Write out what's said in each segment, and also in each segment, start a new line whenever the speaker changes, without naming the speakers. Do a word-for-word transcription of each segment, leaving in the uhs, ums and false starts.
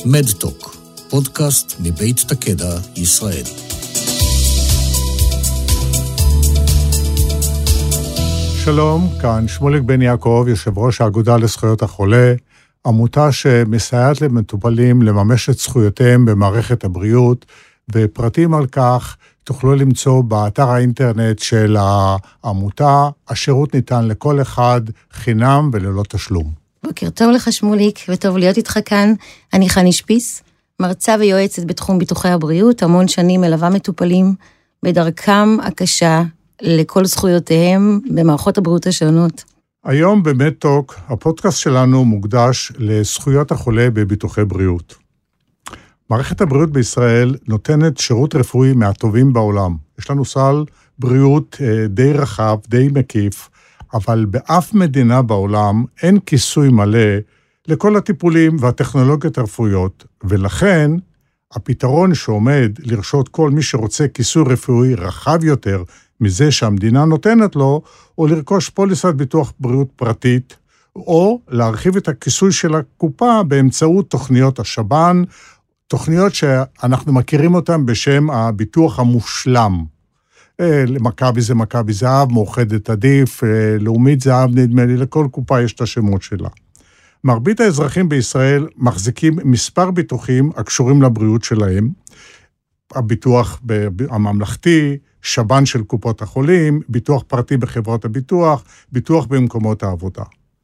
מדטוק, פודקאסט מבית תקדע, ישראל.
שלום, כאן שמוליק בן יעקב, יושב ראש האגודה לזכויות החולה, עמותה שמסייעת למטופלים לממש את זכויותיהם במערכת הבריאות, ופרטים על כך תוכלו למצוא באתר האינטרנט של העמותה. השירות ניתן לכל אחד חינם וללא תשלום.
בוקר טוב לך שמוליק, וטוב להיות איתך כאן. אני חני שפיס, מרצה ויועצת בתחום ביטוחי הבריאות, המון שנים מלווה מטופלים בדרכם הקשה לכל זכויותיהם במערכות הבריאות השונות.
היום במדטוק, הפודקאסט שלנו מוקדש לזכויות החולה בביטוחי בריאות. מערכת הבריאות בישראל נותנת שירות רפואי מהטובים בעולם. יש לנו סל בריאות די רחב, די מקיף, אבל באף מדינה בעולם אין כיסוי מלא לכל הטיפולים והטכנולוגיות הרפואיות, ולכן הפתרון שעומד לרשות כל מי שרוצה כיסוי רפואי רחב יותר מזה שהמדינה נותנת לו, או לרכוש פוליסת ביטוח בריאות פרטית, או להרחיב את הכיסוי של הקופה באמצעות תוכניות השב"ן, תוכניות שאנחנו מכירים אותן בשם הביטוח המושלם. למכבי זה מכבי זהב, מאוחדת עדיף, לאומית זהב נדמה לי, לכל קופה יש את השמות שלה. מרבית האזרחים בישראל מחזיקים מספר ביטוחים הקשורים לבריאות שלהם, הביטוח הממלכתי, שב"ן של קופות החולים, ביטוח פרטי בחברות הביטוח, ביטוח במקומות העבודה.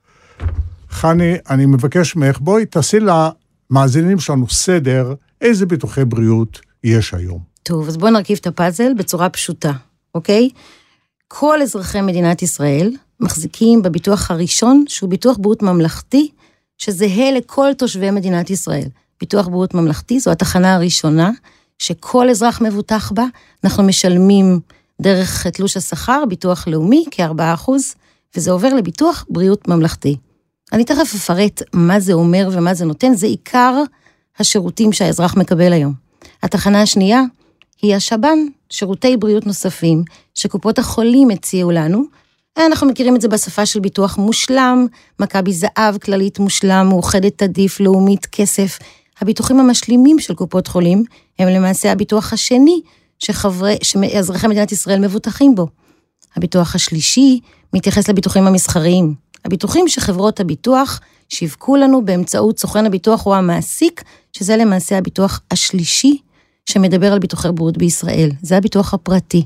חני, אני מבקש ממך, בואי תעשי למאזינים שלנו סדר, איזה ביטוחי בריאות יש היום.
טוב, אז בואו נרכיב את הפאזל בצורה פשוטה, אוקיי? כל אזרחי מדינת ישראל מחזיקים בביטוח הראשון, שהוא ביטוח בריאות ממלכתי, שזהה לכל תושבי מדינת ישראל. ביטוח בריאות ממלכתי זו התחנה הראשונה, שכל אזרח מבוטח בה, אנחנו משלמים דרך תלוש השכר, ביטוח לאומי, כ-ארבעה אחוז, וזה עובר לביטוח בריאות ממלכתי. אני תכף אפרט מה זה אומר ומה זה נותן, זה עיקר השירותים שהאזרח מקבל היום. התחנה השנייה היא השב"ן, שירותי בריאות נוספים, שקופות החולים הציעו לנו, אנחנו מכירים את זה בשפה של ביטוח מושלם, מכבי זהב, כללית מושלם, מאוחדת עדיף, לאומית כסף. הביטוחים המשלימים של קופות חולים, הם למעשה הביטוח השני, שחברי, שאזרחי מדינת ישראל מבוטחים בו. הביטוח השלישי מתייחס לביטוחים המסחריים. הביטוחים שחברות הביטוח שיווקו לנו באמצעות סוכן הביטוח או המעסיק, שזה למעשה הביטוח השלישי, שמדבר על ביטוחי בריאות בישראל. זה הביטוח הפרטי.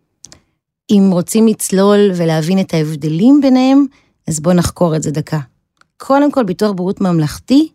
אם רוצים לצלול ולהבין את ההבדלים ביניהם, אז בואו נחקור את זה דקה. קודם כל, ביטוח בריאות ממלכתי,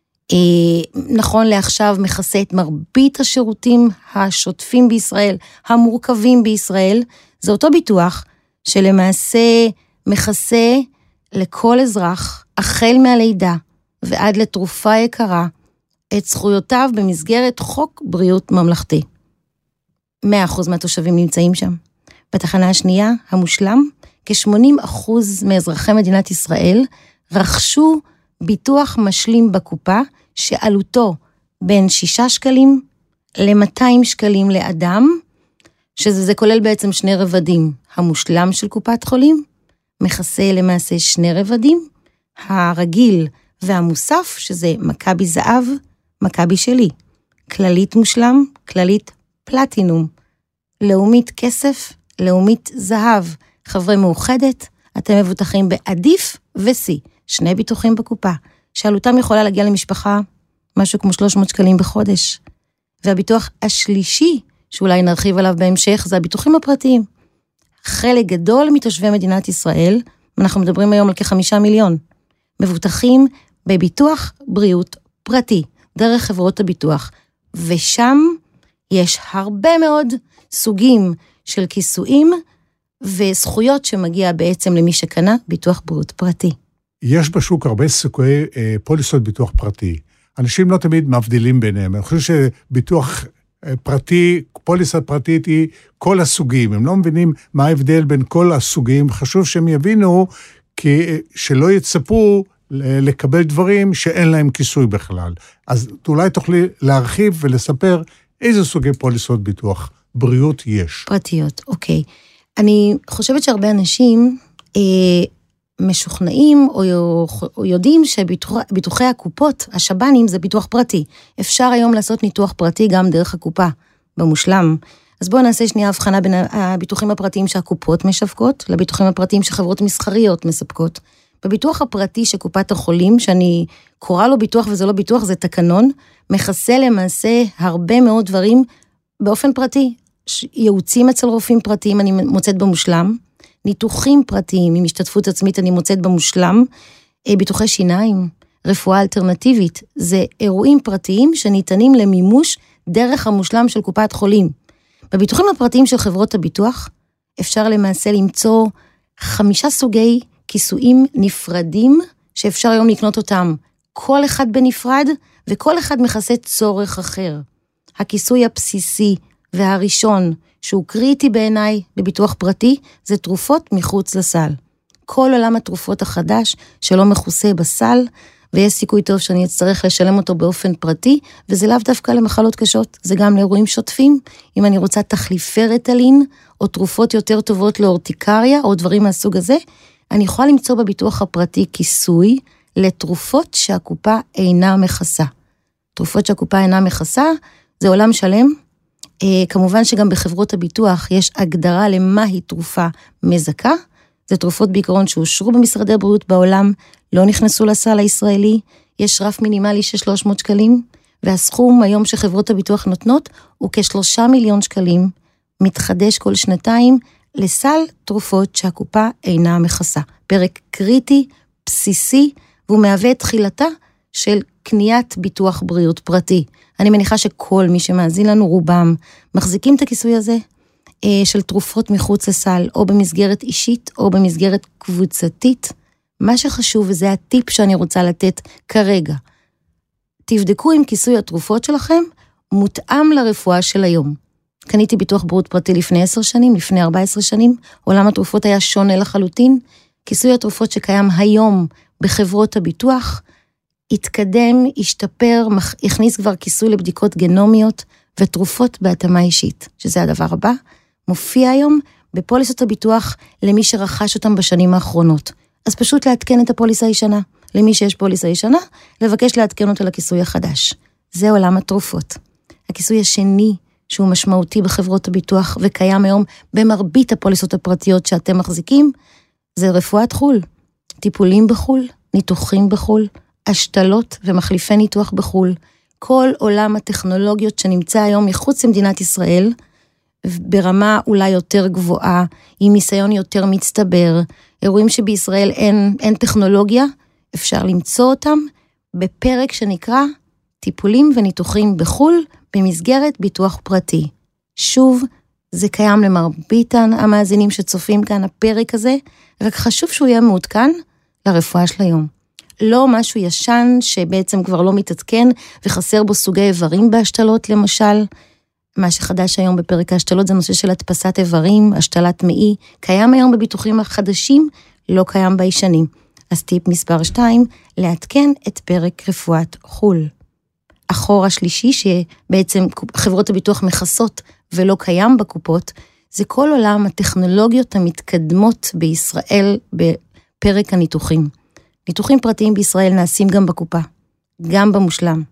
נכון לעכשיו מכסה את מרבית השירותים השוטפים בישראל, המורכבים בישראל, זה אותו ביטוח שלמעשה מכסה לכל אזרח, החל מהלידה ועד לתרופה יקרה, את זכויותיו במסגרת חוק בריאות ממלכתי. מאה אחוז מהתושבים נמצאים שם. בתחנה השנייה, המושלם, כ-שמונים אחוז מאזרחי מדינת ישראל רכשו ביטוח משלים בקופה, שעלותו בין שישה שקלים ל-מאתיים שקלים לאדם, שזה זה כולל בעצם שני רבדים. המושלם של קופת חולים, מכסה למעשה שני רבדים, הרגיל והמוסף, שזה מכבי זהב, מכבי שלי. כללית מושלם, כללית פלטינום. לאומית כסף, לאומית זהב. חברי מאוחדת, אתם מבוטחים בעדיף וסי. שני ביטוחים בקופה, שעלותם יכולה להגיע למשפחה משהו כמו שלוש מאות שקלים בחודש. והביטוח השלישי, שאולי נרחיב עליו בהמשך, זה הביטוחים הפרטיים. חלק גדול מתושבי מדינת ישראל, אנחנו מדברים היום על כחמישה מיליון, מבוטחים בביטוח בריאות פרטי, דרך חברות הביטוח. ושם יש הרבה מאוד סוגים של כיסויים, וזכויות שמגיע בעצם למי שקנה ביטוח בריאות פרטי.
יש בשוק הרבה סיכויי אה, פוליסות ביטוח פרטי. אנשים לא תמיד מבדילים ביניהם. אני חושב שביטוח אה, פרטי, פוליסה פרטית היא כל הסוגים. הם לא מבינים מה ההבדל בין כל הסוגים. חשוב שהם יבינו כי, אה, שלא יצפו לקבל דברים שאין להם כיסוי בכלל. אז אולי תוכלי להרחיב ולספר איזה סוגי פוליסות ביטוח בריאות יש.
פרטיות, אוקיי. אני חושבת שהרבה אנשים אה, משוכנעים או, או יודעים שביטוחי הקופות, השב"נים, זה ביטוח פרטי. אפשר היום לעשות ניתוח פרטי גם דרך הקופה, במושלם. אז בואו נעשה שנייה הבחנה בין הביטוחים הפרטיים שהקופות משווקות, לביטוחים הפרטיים שחברות מסחריות מספקות. בביטוח הפרטי שקופת החולים, שאני קורא לו ביטוח וזה לא ביטוח, זה תקנון, מכסה למעשה הרבה מאוד דברים באופן פרטי. ייעוצים אצל רופאים פרטיים אני מוצאת במושלם, ניתוחים פרטיים עם השתתפות עצמית אני מוצאת במושלם, ביטוחי שיניים, רפואה אלטרנטיבית, זה אירועים פרטיים שניתנים למימוש דרך המושלם של קופת חולים. בביטוחים הפרטיים של חברות הביטוח, אפשר למעשה למצוא חמישה סוגי כיסויים נפרדים, שאפשר היום לקנות אותם כל אחד בנפרד, וכל אחד מכסה צורך אחר. הכיסוי הבסיסי והראשון, שהוא קריטי בעיניי בביטוח פרטי, זה תרופות מחוץ לסל. כל עולם התרופות החדש שלא מכוסה בסל, ויש סיכוי טוב שאני אצטרך לשלם אותו באופן פרטי, וזה לאו דווקא למחלות קשות, זה גם לאירועים שוטפים, אם אני רוצה תחליפי רטלין, או תרופות יותר טובות לאורטיקריה, או דברים מהסוג הזה, אני יכולה למצוא בביטוח הפרטי כיסוי, לתרופות שהקופה אינה מכסה. תרופות שהקופה אינה מכסה, זה עולם שלם, כמובן שגם בחברות הביטוח יש הגדרה למהי תרופה מזכה, זה תרופות בעיקרון שאושרו במשרדי הבריאות בעולם, לא נכנסו לסל הישראלי, יש רף מינימלי של שלוש מאות שקלים, והסכום היום שחברות הביטוח נותנות הוא כשלושה מיליון שקלים, מתחדש כל שנתיים לסל תרופות שהקופה אינה מכסה. פרק קריטי, בסיסי, והוא מהווה את תחילתה של קניית ביטוח בריאות פרטי. אני מניחה שכל מי שמאזין לנו רובם מחזיקים את הכיסוי הזה של תרופות מחוץ לסל, או במסגרת אישית או במסגרת קבוצתית. מה שחשוב, וזה הטיפ שאני רוצה לתת כרגע, תבדקו אם כיסוי התרופות שלכם מותאם לרפואה של היום. קניתי ביטוח בריאות פרטי לפני עשר שנים, לפני ארבע עשרה שנים, עולם התרופות היה שונה לחלוטין, כיסוי התרופות שקיים היום בחברות הביטוח, התקדם, השתפר, הכניס כבר כיסוי לבדיקות גנומיות, ותרופות בהתאמה אישית, שזה הדבר הבא, מופיע היום בפוליסות הביטוח למי שרכש אותם בשנים האחרונות. אז פשוט לעדכן את הפוליסה הישנה. למי שיש פוליסה הישנה, לבקש לעדכן אותה לכיסוי החדש. זה עולם התרופות. הכיסוי השני, שהוא משמעותי בחברות הביטוח, וקיים היום במרבית הפוליסות הפרטיות שאתם מחזיקים, זה רפואת חול. טיפולים בחול, ניתוחים בחול, השתלות ומחליפי ניתוח בחול. כל עולם הטכנולוגיות שנמצא היום מחוץ למדינת ישראל, ברמה אולי יותר גבוהה, עם ניסיון יותר מצטבר, אירועים שבישראל אין, אין טכנולוגיה, אפשר למצוא אותם בפרק שנקרא טיפולים וניתוחים בחול, במסגרת ביטוח פרטי. שוב, זה קיים למרבית המאזינים שצופים כאן הפרק הזה, רק חשוב שהוא יהיה מעודכן לרפואה של היום. לא משהו ישן שבעצם כבר לא מתעדכן וחסר בו סוגי איברים בהשתלות למשל. מה שחדש היום בפרק ההשתלות זה נושא של הדפסת איברים, השתלת מעי, קיים היום בביטוחים החדשים, לא קיים בישנים. אז טיפ מספר שתיים, לעדכן את פרק רפואת חול. החור השלישי שבעצם חברות הביטוח מכסות ולא קיים בקופות, זה כל עולם הטכנולוגיות המתקדמות בישראל בפרק הניתוחים. ניתוחים פרטיים בישראל נעשים גם בקופה, גם במושלם.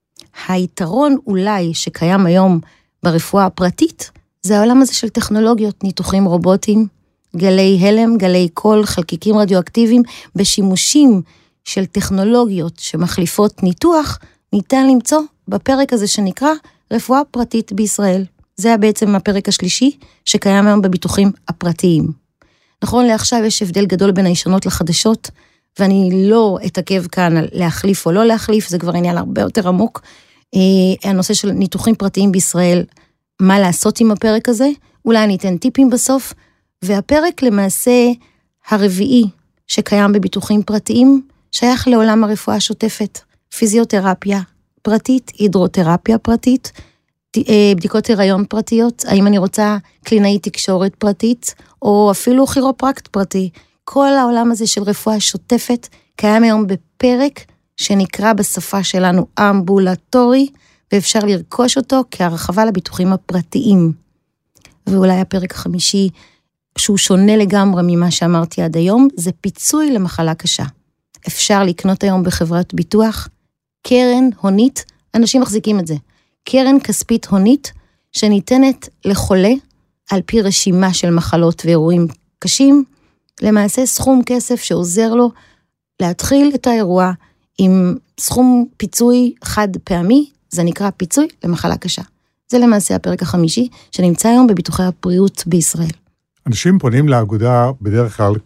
היתרון אולי שקיים היום ברפואה הפרטית, זה העולם הזה של טכנולוגיות, ניתוחים רובוטיים, גלי הלם, גלי קול, חלקיקים רדיואקטיביים, בשימושים של טכנולוגיות שמחליפות ניתוח, ניתן למצוא בפרק הזה שנקרא רפואה פרטית בישראל. זה בעצם הפרק השלישי שקיים היום בביטוחים הפרטיים. נכון לעכשיו יש הבדל גדול בין הישנות לחדשות, ואני לא אתעכב כאן על להחליף או לא להחליף, זה כבר עניין הרבה יותר עמוק. הנושא של ניתוחים פרטיים בישראל, מה לעשות עם הפרק הזה, אולי אני אתן טיפים בסוף, והפרק למעשה הרביעי שקיים בביטוחים פרטיים, שייך לעולם הרפואה השוטפת, פיזיותרפיה פרטית, הידרותרפיה פרטית, בדיקות הריון פרטיות, האם אני רוצה קלינאית תקשורת פרטית, או אפילו כירופרקט פרטי. כל העולם הזה של רפואה שוטפת קיים היום בפרק שנקרא בשפה שלנו אמבולטורי, ואפשר לרכוש אותו כהרחבה לביטוחים הפרטיים. ואולי הפרק החמישי, שהוא שונה לגמרי ממה שאמרתי עד היום, זה פיצוי למחלה קשה. אפשר לקנות היום בחברת ביטוח, קרן הונית, אנשים מחזיקים את זה, קרן כספית הונית, שניתנת לחולה, על פי רשימה של מחלות ואירועים קשים, למעשה סכום כסף שעוזר לו להתחיל את האירוע עם סכום פיצוי חד פעמי, זה נקרא פיצוי למחלה קשה. זה למעשה הפרק החמישי, שנמצא היום בביטוחי הבריאות בישראל.
אנשים פונים לאגודה בדרך כלל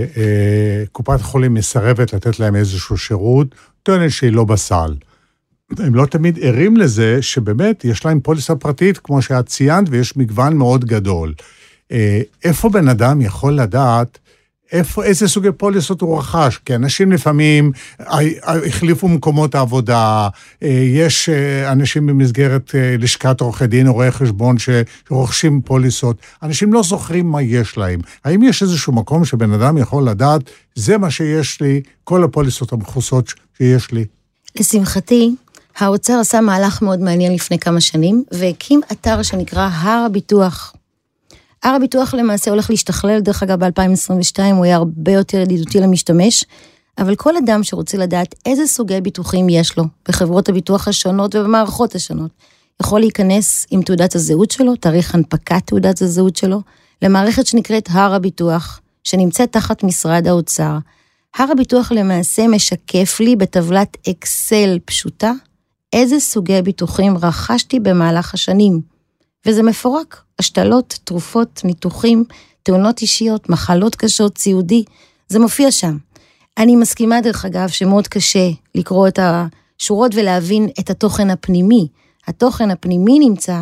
כשקופת החולים מסרבת לתת להם איזשהו שירות, טוענת שהיא לא בסל. הם לא תמיד ערים לזה שבאמת יש להם פוליסה פרטית, כמו שאת ציינת, ויש מגוון מאוד גדול. איפה בן אדם יכול לדעת איפה, איזה סוגי פוליסות הוא רכש? כי אנשים לפעמים החליפו מקומות העבודה, יש אנשים במסגרת לשכת עורכי דין או רואי חשבון שרוכשים פוליסות, אנשים לא זוכרים מה יש להם. האם יש איזשהו מקום שבן אדם יכול לדעת, זה מה שיש לי, כל הפוליסות המכוסות שיש לי?
לשמחתי, האוצר עשה מהלך מאוד מעניין לפני כמה שנים, והקים אתר שנקרא הר הביטוח. הר הביטוח למעשה הולך להשתכלל, דרך אגב ב-אלפיים עשרים ושתיים הוא היה הרבה יותר ידידותי למשתמש, אבל כל אדם שרוצה לדעת איזה סוגי ביטוחים יש לו, בחברות הביטוח השונות ובמערכות השונות, יכול להיכנס עם תעודת הזהות שלו, תאריך הנפקת תעודת הזהות שלו, למערכת שנקראת הר הביטוח, שנמצאת תחת משרד האוצר. הר הביטוח למעשה משקף לי בטבלת אקסל פשוטה, איזה סוגי ביטוחים רכשתי במהלך השנים, וזה מפורק, השתלות, תרופות, ניתוחים, תאונות אישיות, מחלות קשות, ציודי, זה מופיע שם. אני מסכימה דרך אגב שמאוד קשה לקרוא את השורות ולהבין את התוכן הפנימי. התוכן הפנימי נמצא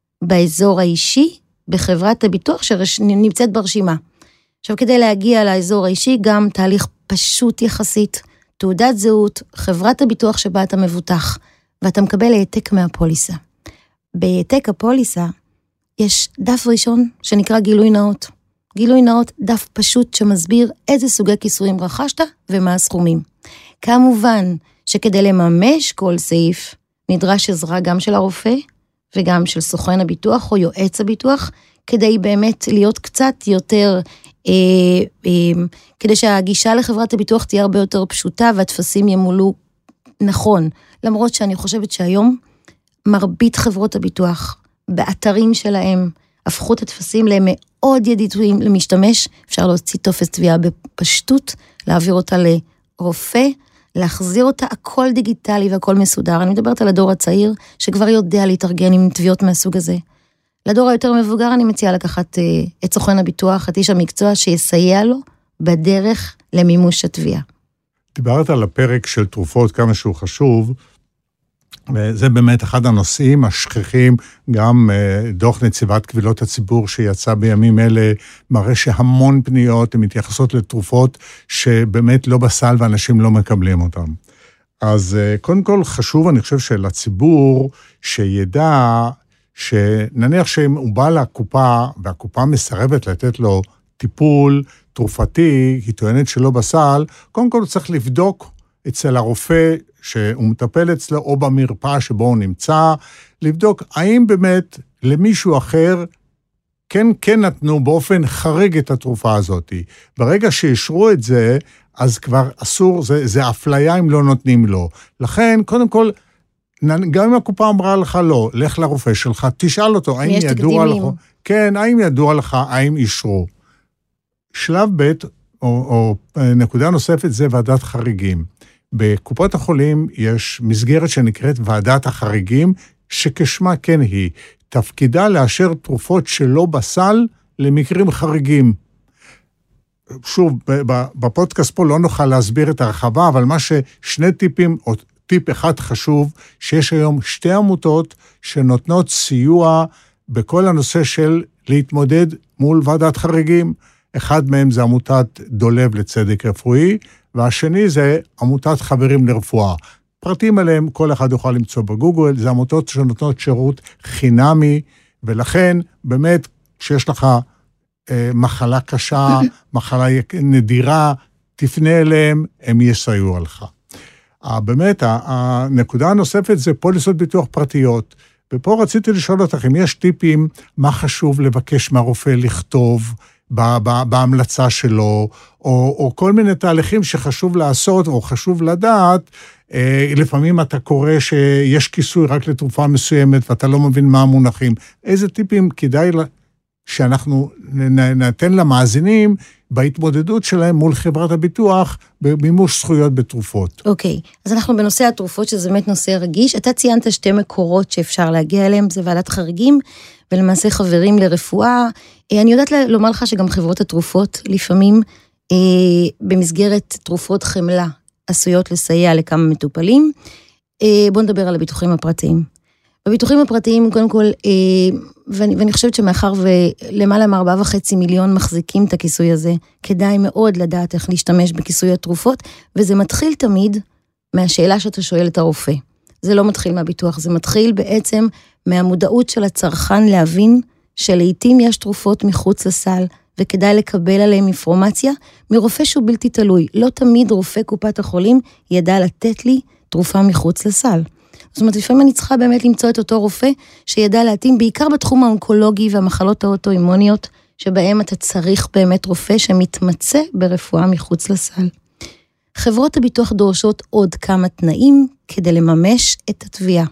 באזור האישי, בחברת הביטוח שנמצאת ברשימה. עכשיו כדי להגיע לאזור האישי, גם תהליך פשוט יחסית, תעודת זהות, חברת הביטוח שבה אתה מבוטח, ואתה מקבל העתק מהפוליסה. בהעתק הפוליסה, יש דף ראשון שנקרא גילוי נאות. גילוי נאות, דף פשוט שמסביר איזה סוגי כיסויים רכשת ומה הסכומים. כמובן שכדי לממש כל סעיף, נדרש עזרה גם של הרופא, וגם של סוכן הביטוח או יועץ הביטוח, כדי באמת להיות קצת יותר, אה, אה, כדי שהגישה לחברת הביטוח תהיה הרבה יותר פשוטה, והתפסים ימולאו נכון. למרות שאני חושבת שהיום, מרבית חברות הביטוח, באתרים שלהם, הפכו את התפסים להם מאוד ידידותיים למשתמש, אפשר להוציא טופס תביעה בפשטות, להעביר אותה לרופא, להחזיר אותה, הכל דיגיטלי והכל מסודר. אני מדברת על הדור הצעיר, שכבר יודע להתארגן עם תביעות מהסוג הזה. לדור היותר מבוגר, אני מציעה לקחת את סוכן הביטוח, את איש המקצוע, שיסייע לו בדרך למימוש התביעה.
דיברת על הפרק של תרופות, כמה שהוא חשוב, וזה באמת אחד הנושאים השכיחים, גם דוח נציבת קבילות הציבור שיצא בימים אלה, מראה שהמון פניות הן מתייחסות לתרופות שבאמת לא בסל ואנשים לא מקבלים אותן. אז קודם כל חשוב, אני חושב שלציבור שידע, שנניח שאם הוא בא לקופה, והקופה מסרבת לתת לו טיפול תרופתי, היא טוענת שלא בסל, קודם כל הוא צריך לבדוק אצל הרופא שהוא מטפל אצלו, או במרפאה שבו הוא נמצא, לבדוק האם באמת למישהו אחר כן, כן נתנו באופן חריג את התרופה הזאת. ברגע שישרו את זה, אז כבר אסור, זה, זה אפליה אם לא נותנים לו. לכן, קודם כל, גם אם הקופה אמרה לך לא, לך לרופא שלך, תשאל אותו, האם ידוע לך, כן, האם ידוע לך, האם ישרו. שלב ב' או, או נקודה נוספת זה ועדת חריגים. בקופות החולים יש מסגרת שנקראת ועדת החריגים, שכשמה כן היא, תפקידה לאשר תרופות שלא בסל למקרים חריגים. שוב, בפודקאסט פה לא נוכל להסביר את הרחבה, אבל מה ששני טיפים, או טיפ אחד חשוב, שיש היום שתי עמותות שנותנות סיוע בכל הנושא של להתמודד מול ועדת חריגים. אחד מהם זה עמותת דולב לצדק רפואי, והשני זה עמותת חברים לרפואה. פרטים עליהם כל אחד יוכל למצוא בגוגל, זה עמותות שנותנות שירות חינמי, ולכן באמת כשיש לך אה, מחלה קשה, מחלה נדירה, תפנה אליהם, הם יסייעו לך. אה, באמת, הנקודה הנוספת זה פוליסות ביטוח פרטיות, ופה רציתי לשאול אותך, אם יש טיפים, מה חשוב לבקש מהרופא לכתוב, בהמלצה שלו, או, או כל מיני תהליכים שחשוב לעשות, או חשוב לדעת, לפעמים אתה קורא שיש כיסוי רק לתרופה מסוימת, ואתה לא מבין מה המונחים. איזה טיפים כדאי שאנחנו נתן למאזינים, בהתמודדות שלהם מול חברת הביטוח, במימוש זכויות בתרופות.
אוקיי, אז אנחנו בנושא התרופות, שזה באמת נושא רגיש. אתה ציינת שתי מקורות שאפשר להגיע אליהם, זה ועדת חריגים, ולמעשה חברים לרפואה. אני יודעת לומר לך שגם חברות התרופות, לפעמים במסגרת תרופות חמלה, עשויות לסייע לכמה מטופלים. בואו נדבר על הביטוחים הפרטיים. בביטוחים הפרטיים, קודם כל, ואני, ואני חושבת שמאחר ולמעלה מארבעה וחצי מיליון מחזיקים את הכיסוי הזה, כדאי מאוד לדעת איך להשתמש בכיסוי התרופות, וזה מתחיל תמיד מהשאלה שאתה שואל את הרופא. זה לא מתחיל מהביטוח, זה מתחיל בעצם מהמודעות של הצרכן להבין שלעיתים יש תרופות מחוץ לסל, וכדאי לקבל עליהם אינפורמציה מרופא שהוא בלתי תלוי. לא תמיד רופא קופת החולים ידע לתת לי תרופה מחוץ לסל. זאת אומרת, לפעמים אני צריכה באמת למצוא את אותו רופא שידע להתאים, בעיקר בתחום האונקולוגי והמחלות האוטואימוניות, שבהם אתה צריך באמת רופא שמתמצא ברפואה מחוץ לסל. חברות הביטוח דורשות עוד כמה תנאים כדי לממש את התביעה.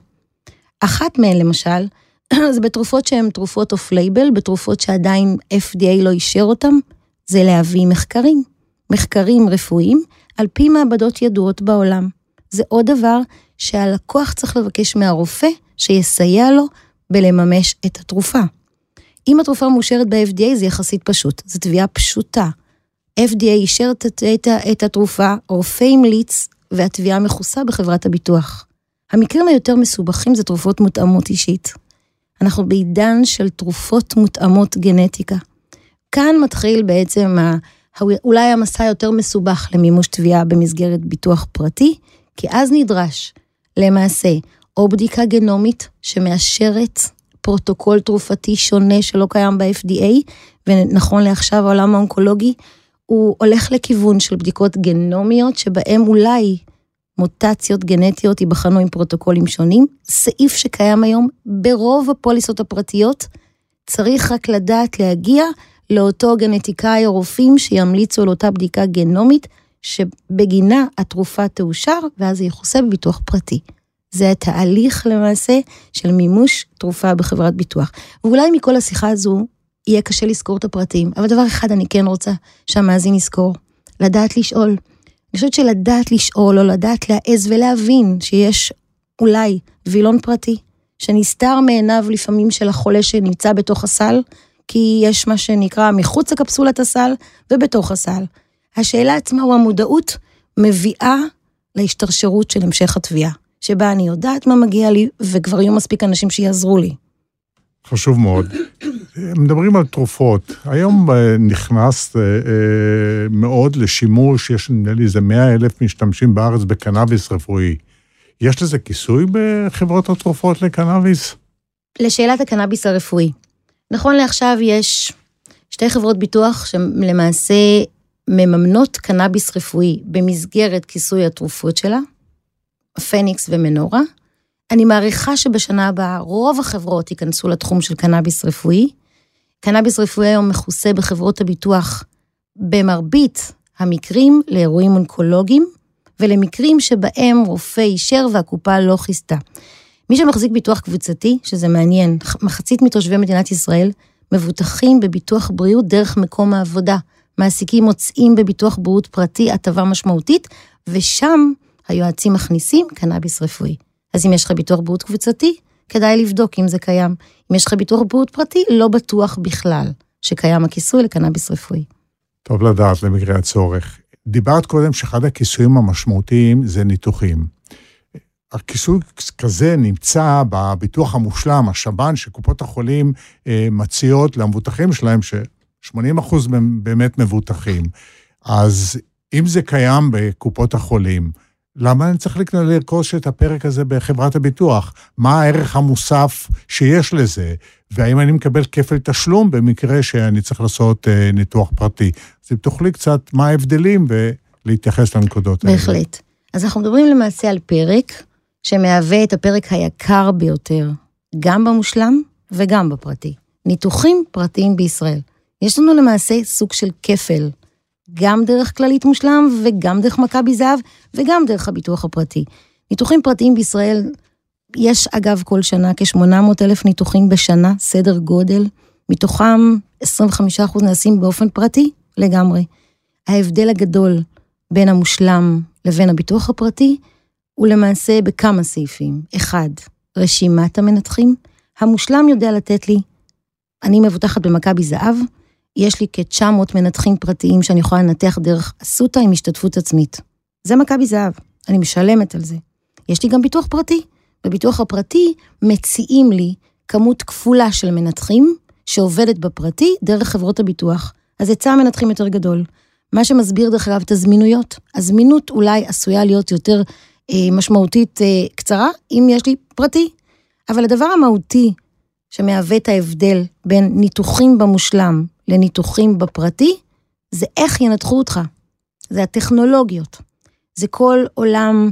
אחת מהן למשל, זה בתרופות שהן תרופות אוף לייבל, בתרופות שעדיין אף די איי לא אישר אותם, זה להביא מחקרים, מחקרים רפואיים, על פי מעבדות ידועות בעולם. זה עוד דבר שהלקוח צריך לבקש מהרופא שיסייע לו בלממש את התרופה. אם התרופה מאושרת ב-אף די איי זה יחסית פשוט, זו תביעה פשוטה. אף די איי אישר את, את, את התרופה, רופא המליץ, והתביעה מכוסה בחברת הביטוח. המקרים היותר מסובכים זה תרופות מותאמות אישית. אנחנו בעידן של תרופות מותאמות גנטיקה. כאן מתחיל בעצם ה, אולי המסע יותר מסובך למימוש תביעה במסגרת ביטוח פרטי, כי אז נדרש למעשה או בדיקה גנומית שמאשרת פרוטוקול תרופתי שונה שלא קיים ב-אף די איי, ונכון לעכשיו העולם האונקולוגי, הוא הולך לכיוון של בדיקות גנומיות שבהם אולי מוטציות גנטיות ייבחנו עם פרוטוקולים שונים, סעיף שקיים היום ברוב הפוליסות הפרטיות, צריך רק לדעת להגיע לאותו גנטיקאי או רופאים שימליצו על אותה בדיקה גנומית, שבגינה התרופה תאושר, ואז היא יכוסה בביטוח פרטי. זה התהליך למעשה של מימוש תרופה בחברת ביטוח. ואולי מכל השיחה הזו יהיה קשה לזכור את הפרטים, אבל דבר אחד אני כן רוצה שהמאזין יזכור, לדעת לשאול. אני חושבת שלדעת לשאול או לדעת להעז ולהבין שיש אולי וילון פרטי, שנסתר מעיניו לפעמים של החולה שנמצא בתוך הסל, כי יש מה שנקרא מחוץ לקפסולת הסל ובתוך הסל. השאלה עצמה הוא המודעות מביאה להשתרשרות של המשך התביעה, שבה אני יודעת מה מגיע לי, וכבר יהיו מספיק אנשים שיעזרו לי.
חשוב מאוד. מדברים על תרופות. היום נכנס מאוד לשימוש, יש נדמה לי איזה מאה אלף משתמשים בארץ בקנאביס רפואי. יש לזה כיסוי בחברות התרופות לקנאביס?
לשאלת הקנאביס הרפואי. נכון לעכשיו יש שתי חברות ביטוח שלמעשה מממנות קנאביס רפואי במסגרת כיסוי התרופות שלה, פניקס ומנורה. אני מעריכה שבשנה הבאה רוב החברות ייכנסו לתחום של קנאביס רפואי. קנאביס רפואי היום מכוסה בחברות הביטוח במרבית המקרים לאירועים אונקולוגיים, ולמקרים שבהם רופא אישר והקופה לא חיסתה. מי שמחזיק ביטוח קבוצתי, שזה מעניין, מחצית מתושבי מדינת ישראל, מבוטחים בביטוח בריאות דרך מקום העבודה. מעסיקים מוצאים בביטוח בריאות פרטי הטבה משמעותית, ושם היועצים מכניסים קנאביס רפואי. אז אם יש לך ביטוח בריאות קבוצתי, כדאי לבדוק אם זה קיים. אם יש לך ביטוח בריאות פרטי, לא בטוח בכלל שקיים הכיסוי לקנאביס רפואי.
טוב לדעת למקרה הצורך. דיברת קודם שאחד הכיסויים המשמעותיים זה ניתוחים. הכיסוי כזה נמצא בביטוח המושלם, השב"ן, שקופות החולים מציעות למבוטחים שלהם, ש-שמונים אחוז באמת מבוטחים. אז אם זה קיים בקופות החולים, למה אני צריך לרכוש את הפרק הזה בחברת הביטוח? מה הערך המוסף שיש לזה? והאם אני מקבל כפל תשלום במקרה שאני צריך לעשות ניתוח פרטי? אז אם תוכלי קצת מה ההבדלים ולהתייחס לנקודות האלה.
בהחלט. אז אנחנו מדברים למעשה על פרק שמהווה את הפרק היקר ביותר, גם במושלם וגם בפרטי. ניתוחים פרטיים בישראל. יש לנו למעשה סוג של כפל, גם דרך כללית מושלם, וגם דרך מכבי זהב, וגם דרך הביטוח הפרטי. ניתוחים פרטיים בישראל, יש אגב כל שנה כ-שמונה מאות אלף ניתוחים בשנה, סדר גודל, מתוכם עשרים וחמישה אחוז נעשים באופן פרטי לגמרי. ההבדל הגדול בין המושלם לבין הביטוח הפרטי, הוא למעשה בכמה סעיפים. אחד, רשימת המנתחים. המושלם יודע לתת לי, אני מבוטחת במכבי זהב, יש לי כ-תשע מאות מנתחים פרטיים שאני יכולה לנתח דרך אסותא עם השתתפות עצמית. זה מכבי זהב, אני משלמת על זה. יש לי גם ביטוח פרטי. בביטוח הפרטי מציעים לי כמות כפולה של מנתחים שעובדת בפרטי דרך חברות הביטוח. אז היצע המנתחים יותר גדול. מה שמסביר דרך אגב את הזמינויות. הזמינות אולי עשויה להיות יותר אה, משמעותית אה, קצרה, אם יש לי פרטי. אבל הדבר המהותי שמהווה את ההבדל בין ניתוחים במושלם לניתוחים בפרטי, זה איך ינתחו אותך. זה הטכנולוגיות. זה כל עולם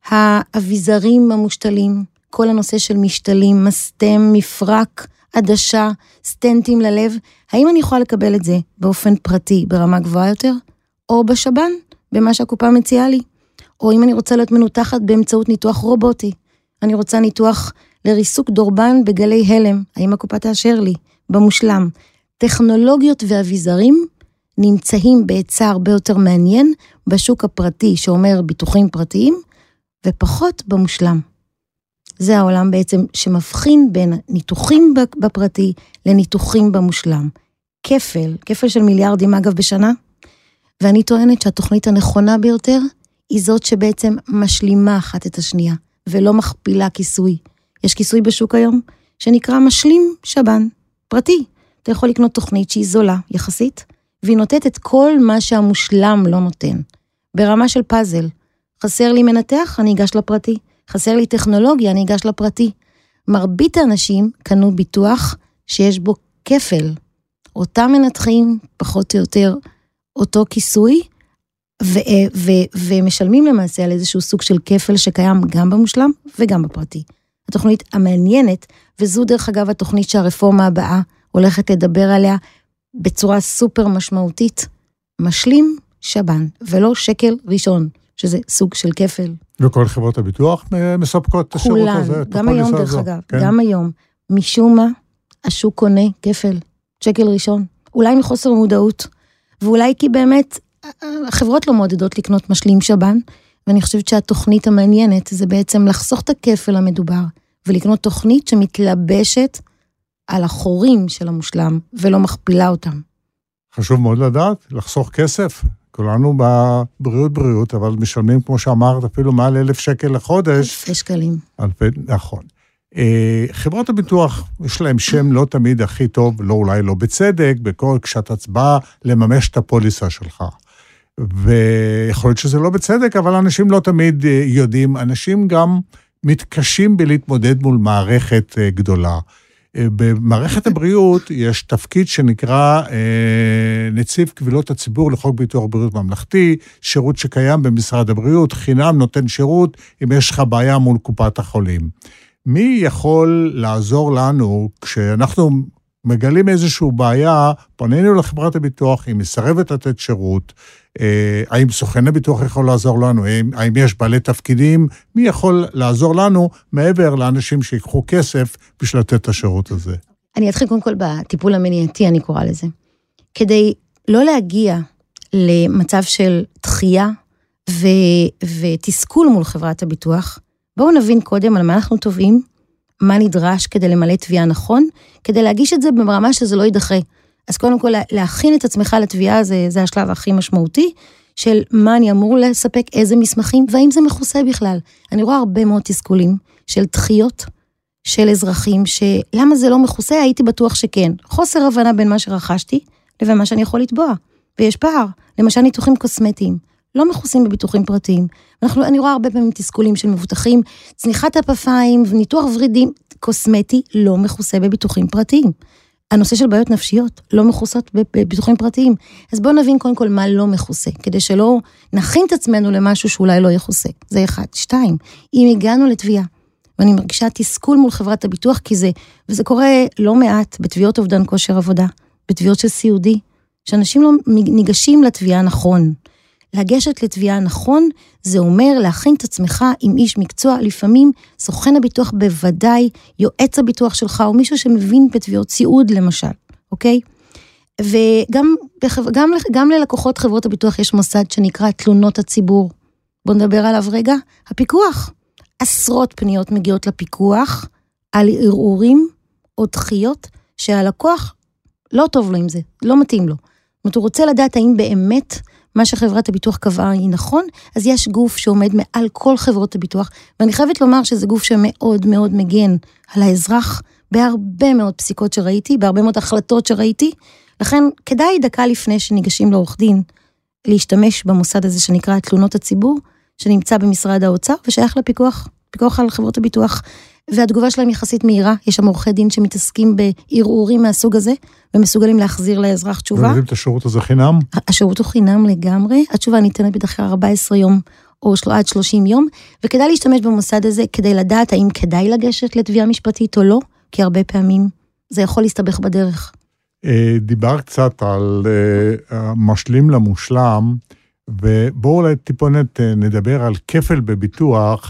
האביזרים המושתלים, כל הנושא של משתלים, מסתם, מפרק, עדשה, סטנטים ללב. האם אני יכולה לקבל את זה באופן פרטי ברמה גבוהה יותר? או בשב"ן, במה שהקופה מציעה לי? או אם אני רוצה להיות מנותחת באמצעות ניתוח רובוטי, אני רוצה ניתוח לריסוק דורבן בגלי הלם, האם הקופה תאשר לי? במושלם. טכנולוגיות ואביזרים נמצאים בהיצע הרבה יותר מעניין בשוק הפרטי, שאומר ביטוחים פרטיים, ופחות במושלם. זה העולם בעצם שמבחין בין ניתוחים בפרטי לניתוחים במושלם. כפל, כפל של מיליארדים אגב בשנה, ואני טוענת שהתוכנית הנכונה ביותר היא זאת שבעצם משלימה אחת את השנייה, ולא מכפילה כיסוי. יש כיסוי בשוק היום שנקרא משלים שב"ן, פרטי. אתה יכול לקנות תוכנית שהיא זולה יחסית, והיא נותנת את כל מה שהמושלם לא נותן. ברמה של פאזל, חסר לי מנתח, אני אגש לפרטי. חסר לי טכנולוגיה, אני אגש לפרטי. מרבית האנשים קנו ביטוח שיש בו כפל. אותם מנתחים, פחות או יותר, אותו כיסוי, ו- ו- ומשלמים למעשה על איזשהו סוג של כפל שקיים גם במושלם וגם בפרטי. התוכנית המעניינת, וזו דרך אגב התוכנית שהרפורמה הבאה הולכת לדבר עליה בצורה סופר משמעותית, משלים שב"ן, ולא שקל ראשון, שזה סוג של כפל.
וכל חברות הביטוח מספקות את השירות הזה?
כולן, גם היום דרך אגב, כן? גם היום. משום מה, השוק קונה כפל, שקל ראשון. אולי מחוסר מודעות, ואולי כי באמת החברות לא מעודדות לקנות משלים שב"ן, ואני חושבת שהתוכנית המעניינת זה בעצם לחסוך את הכפל המדובר, ולקנות תוכנית שמתלבשת על החורים של המושלם, ולא מכפילה אותם.
חשוב מאוד לדעת, לחסוך כסף. כולנו בבריאות בריאות, אבל משלמים, כמו שאמרת, אפילו מעל אלף שקל לחודש.
אלפי שקלים.
אלפי, נכון. חברות הביטוח, יש להם שם לא תמיד הכי טוב, לא אולי לא בצדק, בכל כשאת הצבעה לממש את הפוליסה שלך. ויכול להיות שזה לא בצדק, אבל אנשים לא תמיד יודעים, אנשים גם מתקשים בלהתמודד מול מערכת גדולה. במערכת הבריאות יש תפקיד שנקרא אה, נציב קבילות הציבור לחוק ביטוח בריאות ממלכתי, שירות שקיים במשרד הבריאות, חינם נותן שירות אם יש לך בעיה מול קופת החולים. מי יכול לעזור לנו כשאנחנו מגלים איזושהי בעיה, פנינו לחברת הביטוח, היא מסרבת לתת שירות, אה, האם סוכן הביטוח יכול לעזור לנו, האם, האם יש בעלי תפקידים, מי יכול לעזור לנו מעבר לאנשים שיקחו כסף בשביל לתת את השירות הזה?
אני אתחיל קודם כל בטיפול המניעתי, אני קורא לזה. כדי לא להגיע למצב של דחייה ו, ותסכול מול חברת הביטוח, בואו נבין קודם על מה אנחנו טובים, מה נדרש כדי למלא תביעה נכון, כדי להגיש את זה ברמה שזה לא יידחה. אז קודם כל, להכין את עצמך לתביעה, זה, זה השלב הכי משמעותי, של מה אני אמור לספק, איזה מסמכים, והאם זה מכוסה בכלל. אני רואה הרבה מאוד תסכולים של דחיות, של אזרחים, שלמה זה לא מכוסה, הייתי בטוח שכן. חוסר הבנה בין מה שרכשתי, לבין מה שאני יכול לתבוע. ויש פער, למשל ניתוחים קוסמטיים, לא מכוסים בביטוחים פרטיים. אנחנו, אני רואה הרבה פעמים תסכולים של מבוטחים, צניחת הפפיים וניתוח ורידים קוסמטי לא מכוסה בביטוחים פרטיים. הנושא של בעיות נפשיות לא מכוסות בביטוחים פרטיים. אז בואו נבין קודם כל מה לא מכוסה, כדי שלא נכין את עצמנו למשהו שאולי לא יכוסה. זה אחד. שתיים, אם הגענו לתביעה, ואני מרגישה תסכול מול חברת הביטוח, כי זה, וזה קורה לא מעט בתביעות אובדן כושר עבודה, בתביעות של סיעודי, שאנשים לא ניגשים לתביעה נכון. לגשת לתביעה נכון, זה אומר להכין את עצמך עם איש מקצוע, לפעמים סוכן הביטוח בוודאי, יועץ הביטוח שלך, או מישהו שמבין בתביעות סיעוד למשל, אוקיי? וגם גם, גם ללקוחות חברות הביטוח יש מוסד שנקרא תלונות הציבור. בואו נדבר עליו רגע. הפיקוח. עשרות פניות מגיעות לפיקוח על ערעורים או דחיות שהלקוח לא טוב לו עם זה, לא מתאים לו. זאת אומרת, הוא רוצה לדעת האם באמת מה שחברת הביטוח קבעה היא נכון, אז יש גוף שעומד מעל כל חברות הביטוח, ואני חייבת לומר שזה גוף שמאוד מאוד מגן על האזרח, בהרבה מאוד פסיקות שראיתי, בהרבה מאוד החלטות שראיתי, לכן כדאי דקה לפני שניגשים לעורך דין, להשתמש במוסד הזה שנקרא תלונות הציבור, שנמצא במשרד האוצר, ושייך לפיקוח, פיקוח על חברות הביטוח, והתגובה שלהם יחסית מהירה, יש שם עורכי דין שמתעסקים בערעורים מהסוג הזה, ומסוגלים להחזיר לאזרח תשובה.
ולכן את השירות הזה חינם?
השירות הוא חינם לגמרי, התשובה ניתנת בדרך כלל ארבעה עשר יום, או עד שלושים יום, וכדאי להשתמש במוסד הזה, כדי לדעת האם כדאי לגשת לתביעה משפטית או לא, כי הרבה פעמים זה יכול להסתבך בדרך.
דיבר קצת על משלים למושלם, ובואו אולי טיפונת נדבר על כפל בביטוח,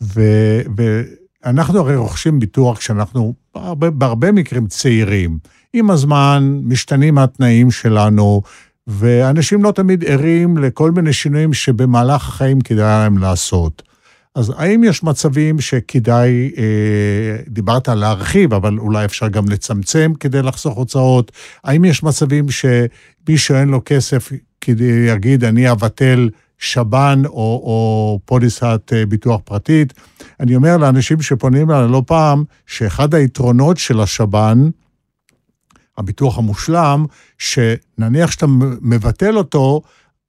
ואנחנו הרי רוכשים ביטוח כשאנחנו בהרבה, בהרבה מקרים צעירים. עם הזמן משתנים התנאים שלנו, ואנשים לא תמיד ערים לכל מיני שינויים שבמהלך החיים כדאי להם לעשות. אז האם יש מצבים שכדאי, אה, דיברת על להרחיב, אבל אולי אפשר גם לצמצם כדי לחסוך הוצאות? האם יש מצבים שמי שאין לו כסף כדי יגיד, אני אבטל שבן או, או פוליסת ביטוח פרטית? אני אומר לאנשים שפונים לה לא פעם, שאחד היתרונות של השבן, הביטוח המושלם, שנניח שאתה מבטל אותו,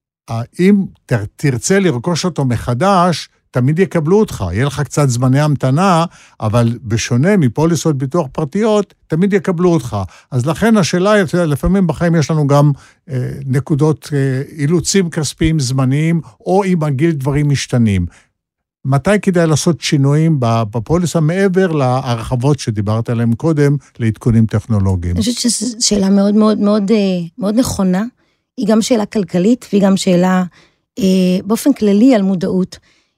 אם תרצה לרכוש אותו מחדש, תמיד יקבלו אותך, יהיה לך קצת זמני המתנה, אבל בשונה מפוליסות ביטוח פרטיות, תמיד יקבלו אותך. אז לכן השאלה היא, לפעמים בחיים יש לנו גם אה, נקודות, אה, אילוצים כספיים זמניים, או אם הגיל דברים משתנים. מתי כדאי לעשות שינויים בפוליסה, מעבר להרחבות שדיברת עליהם קודם, לעדכונים טכנולוגיים?
אני חושבת שזו שאלה מאוד מאוד מאוד, מאוד נכונה, היא גם שאלה כלכלית, והיא גם שאלה אה, באופן כללי על מודעות,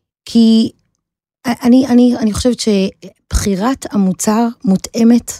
כי אני, אני, אני חושבת שבחירת המוצר מותאמת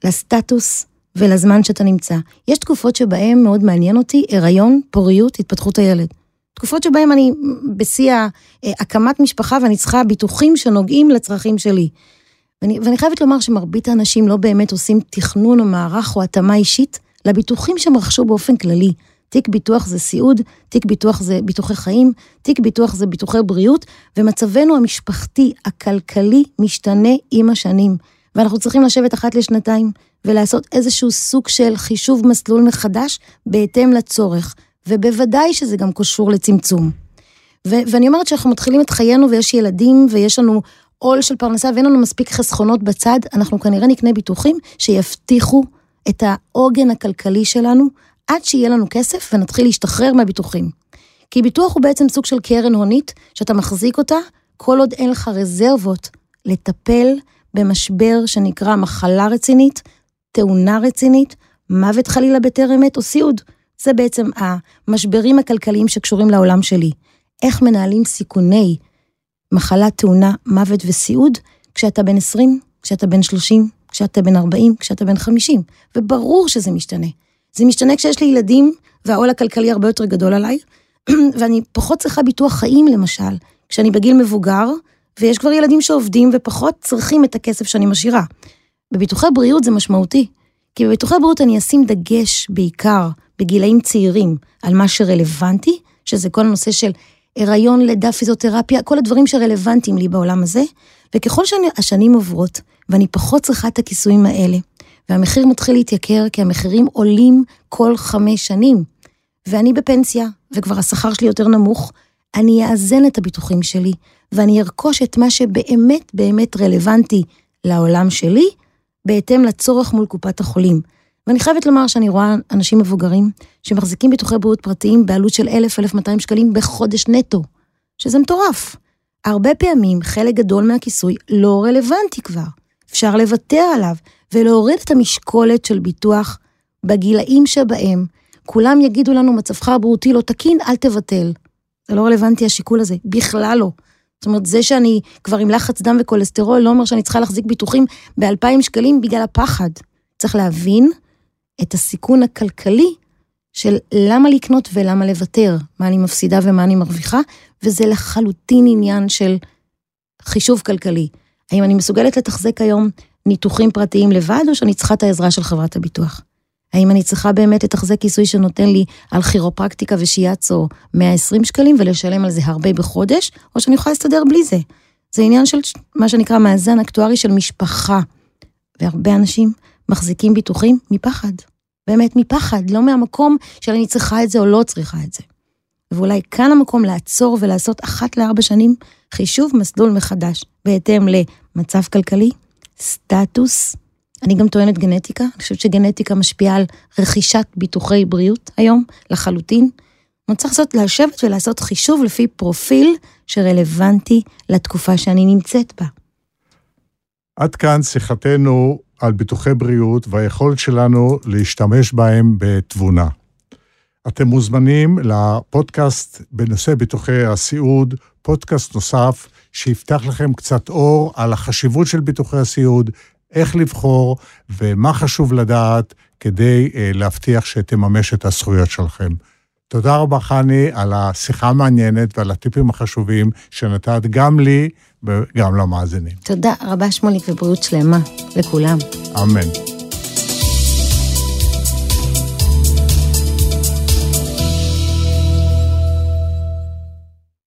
לסטטוס ולזמן שאתה נמצא. יש תקופות שבהן מאוד מעניין אותי, הריון, פוריות, התפתחות הילד. תקופות שבהן אני בשיא הקמת משפחה, ואני צריכה ביטוחים שנוגעים לצרכים שלי. ואני, ואני חייבת לומר שמרבית האנשים לא באמת עושים תכנון או מערך או התאמה אישית, לביטוחים שהם רכשו באופן כללי. תיק ביטוח זה סיעוד, תיק ביטוח זה ביטוחי חיים, תיק ביטוח זה ביטוחי בריאות, ומצבנו המשפחתי, הכלכלי, משתנה עם השנים. ואנחנו צריכים לשבת אחת לשנתיים, ולעשות איזשהו סוג של חישוב מסלול מחדש, בהתאם לצורך. ובוודאי שזה גם קשור לצמצום. ו- ואני אומרת שאנחנו מתחילים את חיינו, ויש ילדים, ויש לנו עול של פרנסה, ואין לנו מספיק חסכונות בצד, אנחנו כנראה נקנה ביטוחים, שיבטיחו את העוגן הכלכלי שלנו, עד שיהיה לנו כסף ונתחיל להשתחרר מהביטוחים. כי ביטוח הוא בעצם סוג של קרן הונית, שאתה מחזיק אותה, כל עוד אין לך רזרבות לטפל במשבר שנקרא מחלה רצינית, תאונה רצינית, מוות חלילה בטרם עת או סיעוד. זה בעצם המשברים הכלכליים שקשורים לעולם שלי. איך מנהלים סיכוני מחלה, תאונה, מוות וסיעוד, כשאתה בן עשרים, כשאתה בן שלושים, כשאתה בן ארבעים, כשאתה בן חמישים. וברור שזה משתנה. זה משתנה כשיש לי ילדים, והעול הכלכלי הרבה יותר גדול עליי, ואני פחות צריכה ביטוח חיים, למשל, כשאני בגיל מבוגר, ויש כבר ילדים שעובדים, ופחות צריכים את הכסף שאני משאירה. בביטוחי בריאות זה משמעותי, כי בביטוחי בריאות אני אשים דגש בעיקר, בגילאים צעירים, על מה שרלוונטי, שזה כל הנושא של הריון, לידה, פיזיותרפיה, כל הדברים שרלוונטיים לי בעולם הזה, וככל שהשנים עוברות, ואני פחות צריכה את הכיסויים האלה, והמחיר מתחיל להתייקר, כי המחירים עולים כל חמש שנים, ואני בפנסיה, וכבר השכר שלי יותר נמוך, אני אאזן את הביטוחים שלי, ואני ארכוש את מה שבאמת באמת רלוונטי לעולם שלי, בהתאם לצורך מול קופת החולים. ואני חייבת לומר שאני רואה אנשים מבוגרים, שמחזיקים ביטוחי בריאות פרטיים, בעלות של אלף, אלף מאתיים שקלים בחודש נטו, שזה מטורף. הרבה פעמים חלק גדול מהכיסוי לא רלוונטי כבר, אפשר לוותר עליו, ולהוריד את המשקולת של ביטוח בגילאים שבהם, כולם יגידו לנו, מצבך הבריאותי לא תקין, אל תבטל. זה לא רלוונטי השיקול הזה, בכלל לא. זאת אומרת, זה שאני כבר עם לחץ דם וקולסטרול, לא אומר שאני צריכה להחזיק ביטוחים ב-אלפיים שקלים בגלל הפחד. צריך להבין את הסיכון הכלכלי של למה לקנות ולמה לוותר, מה אני מפסידה ומה אני מרוויחה, וזה לחלוטין עניין של חישוב כלכלי. האם אני מסוגלת לתחזק היום ניתוחים פרטיים לבד, או שאני צריכה את העזרה של חברת הביטוח? האם אני צריכה באמת לתחזק כיסוי שנותן לי על כירופרקטיקה ושיאצו מאה ועשרים שקלים, ולשלם על זה הרבה בחודש, או שאני יכולה להסתדר בלי זה? זה עניין של מה שנקרא מאזן אקטוארי של משפחה, והרבה אנשים מחזיקים ביטוחים מפחד. באמת מפחד, לא מהמקום של אני צריכה את זה או לא צריכה את זה. ואולי כאן המקום לעצור ולעשות אחת לארבע שנים חישוב מסלול מחדש, בהתאם למצב כלכלי, סטטוס, אני גם טוענת גנטיקה, אני חושבת שגנטיקה משפיעה על רכישת ביטוחי בריאות היום, לחלוטין. אני צריך לעשות, לשבת ולעשות חישוב לפי פרופיל שרלוונטי לתקופה שאני נמצאת בה.
עד כאן שיחתנו על ביטוחי בריאות והיכולת שלנו להשתמש בהם בתבונה. אתם מוזמנים לפודקאסט בנושא ביטוחי הסיעוד, פודקאסט נוסף שיפתח לכם קצת אור על החשיבות של ביטוחי הסיעוד, איך לבחור ומה חשוב לדעת כדי להבטיח שתממש את הזכויות שלכם. תודה רבה חני על השיחה המעניינת ועל הטיפים החשובים שנתת גם לי וגם למאזינים.
תודה רבה שמוליק ובריאות שלמה לכולם.
אמן.